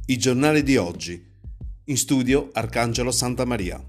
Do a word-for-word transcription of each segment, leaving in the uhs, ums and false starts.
I giornali di oggi. In studio Arcangelo Santamaria.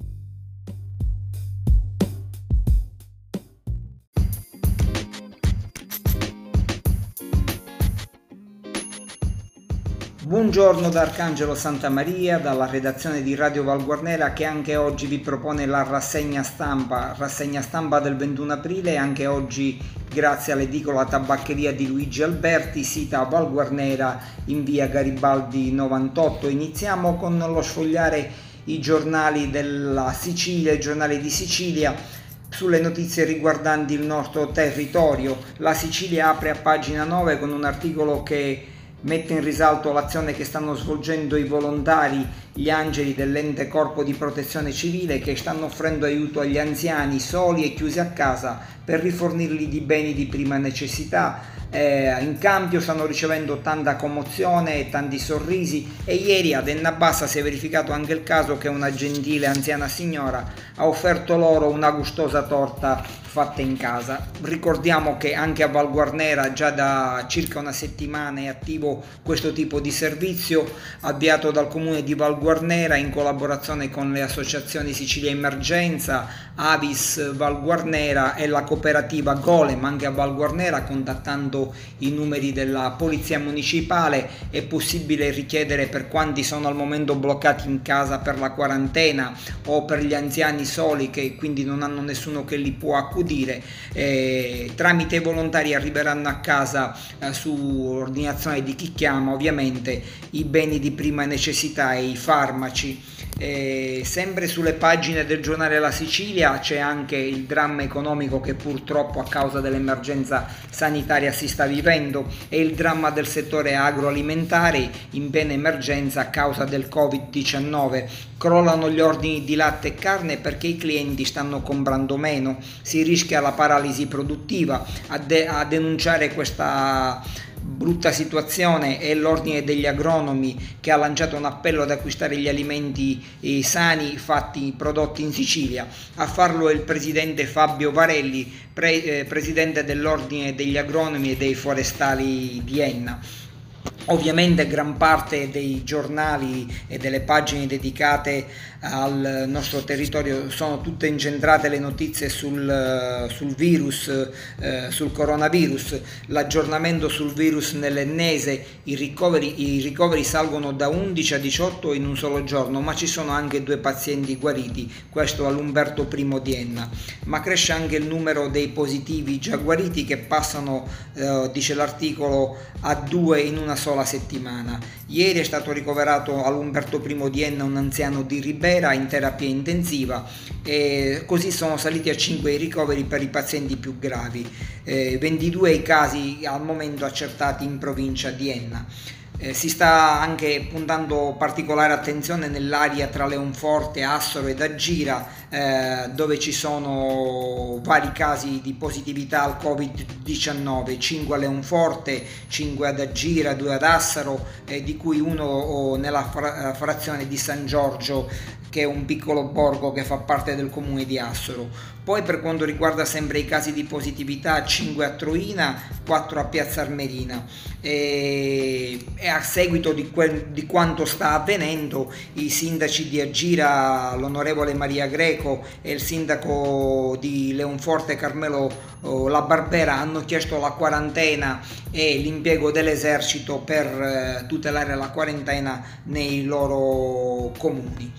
Buongiorno da Arcangelo Santamaria, dalla redazione di Radio Valguarnera, che anche oggi vi propone la rassegna stampa, rassegna stampa del ventuno aprile, anche oggi grazie all'edicola tabaccheria di Luigi Alberti, sita a Valguarnera in via Garibaldi novantotto. Iniziamo con lo sfogliare i giornali della Sicilia, i giornali di Sicilia. Sulle notizie riguardanti il nostro territorio, la Sicilia apre a pagina nove con un articolo che mette in risalto l'azione che stanno svolgendo i volontari, gli angeli dell'ente Corpo di Protezione Civile, che stanno offrendo aiuto agli anziani soli e chiusi a casa per rifornirli di beni di prima necessità. Eh, in cambio stanno ricevendo tanta commozione e tanti sorrisi, e ieri ad Ennabassa si è verificato anche il caso che una gentile anziana signora ha offerto loro una gustosa torta fatta in casa. Ricordiamo che anche a Valguarnera già da circa una settimana è attivo questo tipo di servizio, avviato dal comune di Valguarnera in collaborazione con le associazioni Sicilia Emergenza, Avis Valguarnera e la cooperativa Golem. Anche a Valguarnera, contattando i numeri della polizia municipale, è possibile richiedere, per quanti sono al momento bloccati in casa per la quarantena o per gli anziani soli che quindi non hanno nessuno che li può accudire, eh, tramite i volontari arriveranno a casa, eh, su ordinazione di chi chiama ovviamente, i beni di prima necessità e i farmaci. Eh, sempre sulle pagine del giornale La Sicilia c'è anche il dramma economico che purtroppo a causa dell'emergenza sanitaria si sta vivendo, e il dramma del settore agroalimentare in piena emergenza a causa del covid diciannove. Crollano gli ordini di latte e carne perché i clienti stanno comprando meno, si rischia la paralisi produttiva. A, de- a denunciare questa brutta situazione è l'ordine degli agronomi, che ha lanciato un appello ad acquistare gli alimenti eh, sani fatti prodotti in Sicilia. A farlo è il presidente Fabio Varelli, pre- eh, presidente dell'ordine degli agronomi e dei forestali di Enna. Ovviamente gran parte dei giornali e delle pagine dedicate al nostro territorio sono tutte incentrate le notizie sul, sul virus, eh, sul coronavirus, l'aggiornamento sul virus nell'Ennese. I ricoveri, i ricoveri salgono da undici a diciotto in un solo giorno, ma ci sono anche due pazienti guariti, questo all'Umberto I di Enna. Ma cresce anche il numero dei positivi già guariti, che passano, eh, dice l'articolo, a due in una sola settimana. Ieri è stato ricoverato all'Umberto I di Enna un anziano di Ribera in terapia intensiva, e così sono saliti a cinque i ricoveri per i pazienti più gravi, eh, ventidue i casi al momento accertati in provincia di Enna. Eh, si sta anche puntando particolare attenzione nell'area tra Leonforte, Assoro ed Agira, eh, dove ci sono vari casi di positività al covid diciannove, cinque a Leonforte, cinque ad Agira, due ad Assaro, eh, di cui uno nella fra- frazione di San Giorgio, che è un piccolo borgo che fa parte del comune di Assoro. Poi, per quanto riguarda sempre i casi di positività, cinque a Troina, quattro a Piazza Armerina, e, e a seguito di, quel, di quanto sta avvenendo, i sindaci di Agira, l'onorevole Maria Greco, e il sindaco di Leonforte Carmelo oh, La Barbera, hanno chiesto la quarantena e l'impiego dell'esercito per eh, tutelare la quarantena nei loro comuni.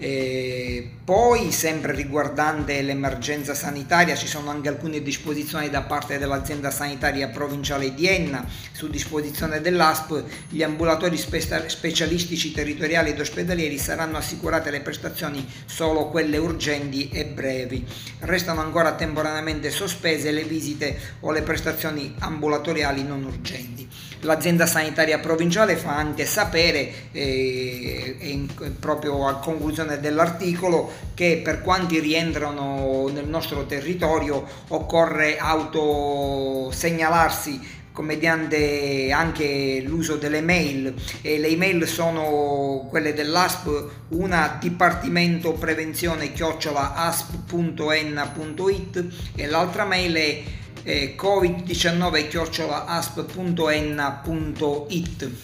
E poi, sempre riguardante l'emergenza sanitaria, ci sono anche alcune disposizioni da parte dell'azienda sanitaria provinciale di Enna. Su disposizione dell'A S P, gli ambulatori spe- specialistici territoriali ed ospedalieri saranno assicurate le prestazioni solo quelle urgenti e brevi. Restano ancora temporaneamente sospese le visite o le prestazioni ambulatoriali non urgenti. L'azienda sanitaria provinciale fa anche sapere, eh, in, proprio a conclusione dell'articolo, che per quanti rientrano nel nostro territorio occorre autosegnalarsi mediante anche l'uso delle mail, e le email sono quelle dell'A S P, una dipartimento prevenzione chiocciola asp punto enna punto it, e l'altra mail è eh, covid diciannove chiocciola asp punto enna punto it.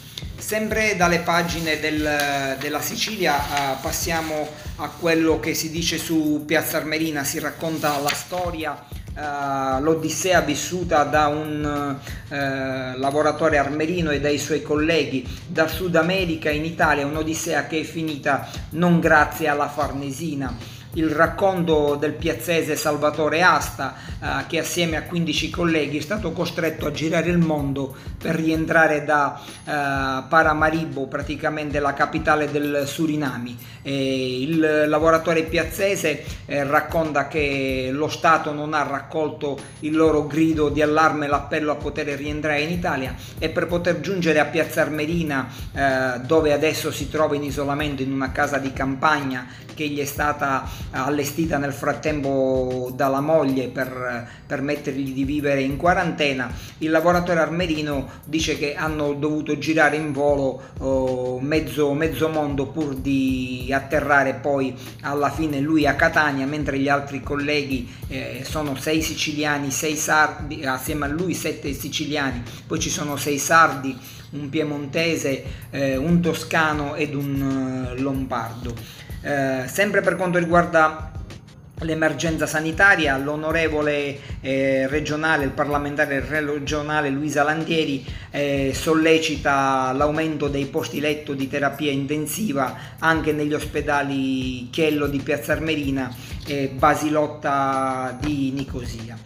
Sempre dalle pagine del, della Sicilia eh, passiamo a quello che si dice su Piazza Armerina. Si racconta la storia, eh, l'odissea vissuta da un eh, lavoratore armerino e dai suoi colleghi dal Sud America in Italia, un'odissea che è finita non grazie alla Farnesina. Il racconto del piazzese Salvatore Asta, eh, che assieme a quindici colleghi è stato costretto a girare il mondo per rientrare da eh, Paramaribo, praticamente la capitale del Suriname. E il lavoratore piazzese eh, racconta che lo Stato non ha raccolto il loro grido di allarme, l'appello a poter rientrare in Italia, e per poter giungere a Piazza Armerina, eh, dove adesso si trova in isolamento in una casa di campagna che gli è stata allestita nel frattempo dalla moglie per permettergli di vivere in quarantena, il lavoratore armerino dice che hanno dovuto girare in volo oh, mezzo, mezzo mondo pur di atterrare poi alla fine lui a Catania, mentre gli altri colleghi eh, sono sei siciliani, sei sardi, assieme a lui sette siciliani, poi ci sono sei sardi, un piemontese, eh, un toscano ed un uh, lombardo. Eh, sempre per quanto riguarda l'emergenza sanitaria, l'onorevole eh, regionale, il parlamentare regionale Luisa Lantieri eh, sollecita l'aumento dei posti letto di terapia intensiva anche negli ospedali Chiello di Piazza Armerina e Basilotta di Nicosia.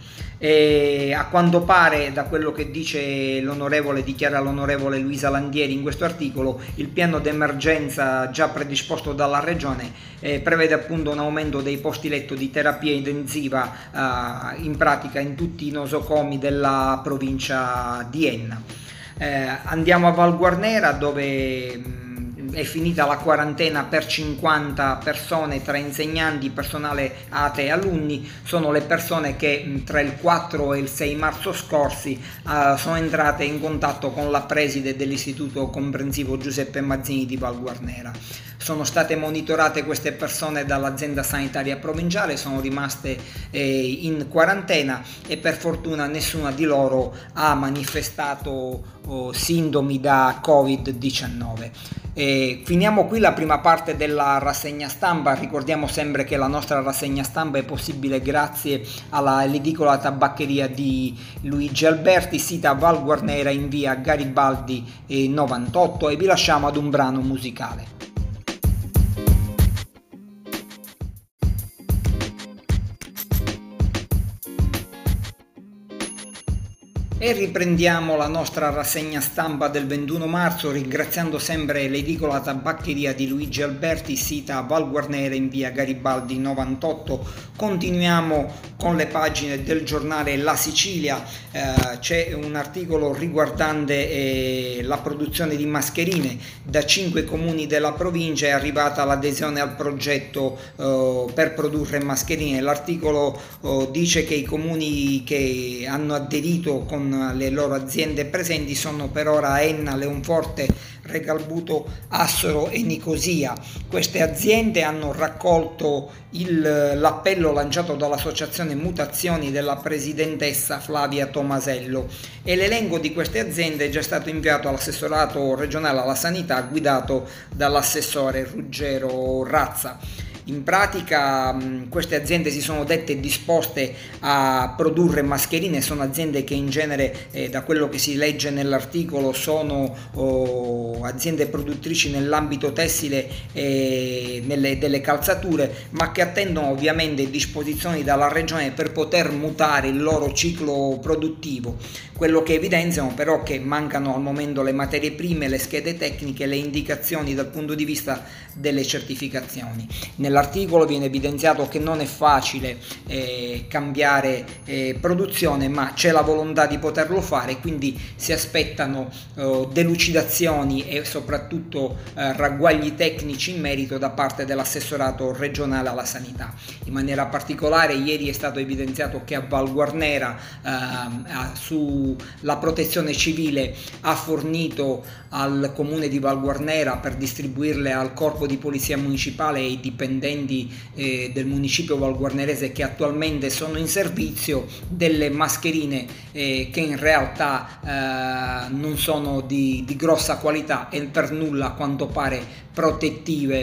E a quanto pare, da quello che dice l'onorevole, dichiara l'onorevole Luisa Lantieri in questo articolo, il piano d'emergenza già predisposto dalla regione eh, prevede appunto un aumento dei posti letto di terapia intensiva eh, in pratica in tutti i nosocomi della provincia di Enna. Eh, andiamo a Val Guarnera, dove mh, è finita la quarantena per cinquanta persone tra insegnanti, personale A T E e alunni. Sono le persone che tra il quattro e il sei marzo scorsi uh, sono entrate in contatto con la preside dell'Istituto Comprensivo Giuseppe Mazzini di Val Guarnera. Sono state monitorate queste persone dall'azienda sanitaria provinciale, sono rimaste eh, in quarantena e per fortuna nessuna di loro ha manifestato oh, sintomi da covid diciannove. E finiamo qui la prima parte della rassegna stampa. Ricordiamo sempre che la nostra rassegna stampa è possibile grazie alla edicola tabaccheria di Luigi Alberti, sita a Val Guarnera in via Garibaldi novantotto, e vi lasciamo ad un brano musicale. E riprendiamo la nostra rassegna stampa del ventuno marzo, ringraziando sempre l'edicola tabaccheria di Luigi Alberti, sita a Val Guarnera in via Garibaldi novantotto. Continuiamo con le pagine del giornale La Sicilia. Eh, c'è un articolo riguardante eh, la produzione di mascherine. Da cinque comuni della provincia è arrivata l'adesione al progetto eh, per produrre mascherine. L'articolo eh, dice che i comuni che hanno aderito con le loro aziende presenti sono per ora Enna, Leonforte, Regalbuto, Assoro e Nicosia. Queste aziende hanno raccolto il, l'appello lanciato dall'associazione Mutazioni della presidentessa Flavia Tomasello, e l'elenco di queste aziende è già stato inviato all'assessorato regionale alla sanità guidato dall'assessore Ruggero Razza. In pratica queste aziende si sono dette disposte a produrre mascherine, sono aziende che in genere, eh, da quello che si legge nell'articolo, sono oh, aziende produttrici nell'ambito tessile e nelle, delle calzature, ma che attendono ovviamente disposizioni dalla regione per poter mutare il loro ciclo produttivo. Quello che evidenziano però è che mancano al momento le materie prime, le schede tecniche, le indicazioni dal punto di vista delle certificazioni. Nell'articolo viene evidenziato che non è facile eh, cambiare eh, produzione, ma c'è la volontà di poterlo fare, quindi si aspettano eh, delucidazioni e soprattutto eh, ragguagli tecnici in merito da parte dell'assessorato regionale alla sanità. In maniera particolare ieri è stato evidenziato che a Val Guarnera eh, su la protezione civile ha fornito al comune di Val Guarnera, per distribuirle al corpo di polizia municipale e ai dipendenti utenti eh, del municipio valguarnerese che attualmente sono in servizio delle mascherine eh, che in realtà eh, non sono di, di grossa qualità e per nulla a quanto pare protettive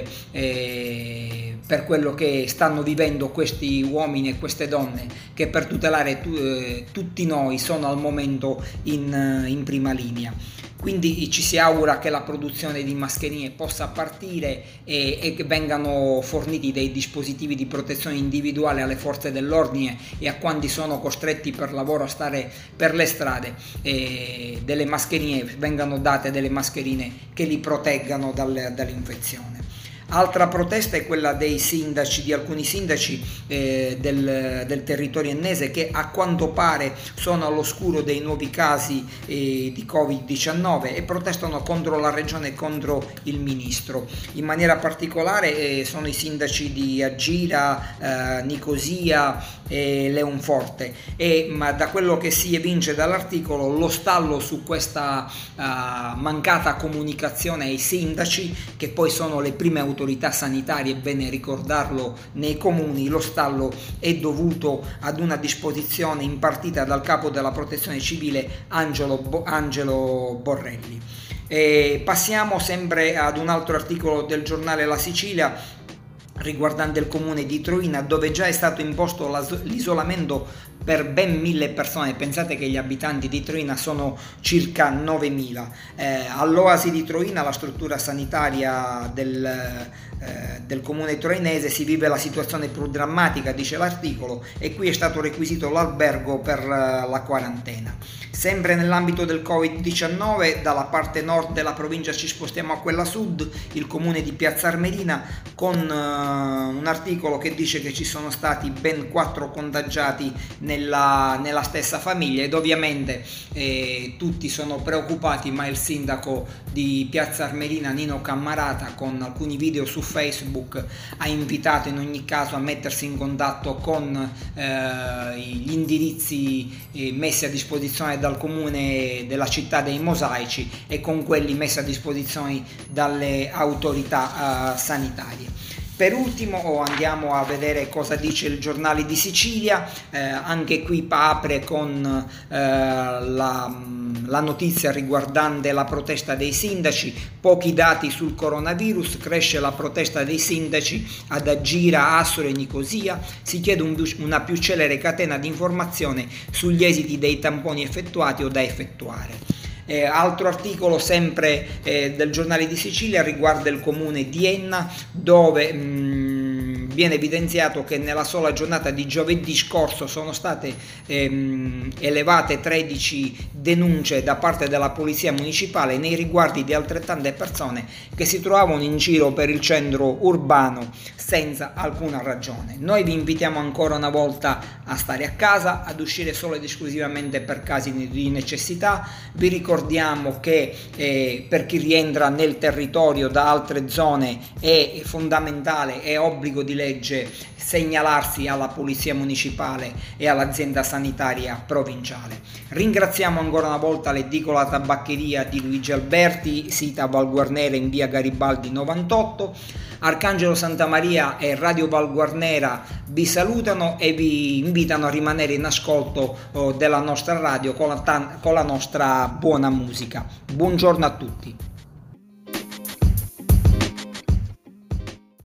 eh, per quello che stanno vivendo questi uomini e queste donne che per tutelare tu, eh, tutti noi sono al momento in, in prima linea. Quindi ci si augura che la produzione di mascherine possa partire e, e che vengano forniti dei dispositivi di protezione individuale alle forze dell'ordine e a quanti sono costretti per lavoro a stare per le strade, e delle mascherine, vengano date delle mascherine che li proteggano dalle, dall'infezione. Altra protesta è quella dei sindaci, di alcuni sindaci eh, del, del territorio ennese che a quanto pare sono all'oscuro dei nuovi casi eh, di covid diciannove e protestano contro la regione e contro il ministro. In maniera particolare eh, sono i sindaci di Agira, eh, Nicosia e Leonforte e ma da quello che si evince dall'articolo lo stallo su questa uh, mancata comunicazione ai sindaci, che poi sono le prime autorità autorità sanitarie, è bene ricordarlo, nei comuni. Lo stallo è dovuto ad una disposizione impartita dal capo della protezione civile Angelo, Bo- Angelo Borrelli. E passiamo sempre ad un altro articolo del giornale La Sicilia riguardante il comune di Troina, dove già è stato imposto l'isolamento per ben mille persone. Pensate che gli abitanti di Troina sono circa novemila. Eh, all'Oasi di Troina, la struttura sanitaria del, eh, del comune troinese, si vive la situazione più drammatica, dice l'articolo, e qui è stato requisito l'albergo per uh, la quarantena. Sempre nell'ambito del covid diciannove, dalla parte nord della provincia ci spostiamo a quella sud, il comune di Piazza Armerina, con uh, un articolo che dice che ci sono stati ben quattro contagiati nella, nella stessa famiglia ed ovviamente eh, tutti sono preoccupati, ma il sindaco di Piazza Armerina, Nino Cammarata, con alcuni video su Facebook ha invitato in ogni caso a mettersi in contatto con eh, gli indirizzi eh, messi a disposizione dal comune della città dei Mosaici e con quelli messi a disposizione dalle autorità uh, sanitarie. Per ultimo andiamo a vedere cosa dice il Giornale di Sicilia, eh, anche qui apre con eh, la, la notizia riguardante la protesta dei sindaci, pochi dati sul coronavirus, cresce la protesta dei sindaci ad Agira, Assoro e Nicosia, si chiede un, una più celere catena di informazione sugli esiti dei tamponi effettuati o da effettuare. Eh, altro articolo sempre eh, del Giornale di Sicilia riguarda il comune di Enna, dove mh, viene evidenziato che nella sola giornata di giovedì scorso sono state ehm, elevate tredici denunce da parte della polizia municipale nei riguardi di altrettante persone che si trovavano in giro per il centro urbano senza alcuna ragione. Noi vi invitiamo ancora una volta a stare a casa, ad uscire solo ed esclusivamente per casi di necessità. Vi ricordiamo che eh, per chi rientra nel territorio da altre zone è fondamentale, è obbligo di legge segnalarsi alla polizia municipale e all'azienda sanitaria provinciale. Ringraziamo ancora una volta l'edicola tabaccheria di Luigi Alberti, sita a Valguarnera in via Garibaldi novantotto. Arcangelo Santamaria e Radio Valguarnera vi salutano e vi invitano a rimanere in ascolto oh, della nostra radio con la, con la nostra buona musica. Buongiorno a tutti.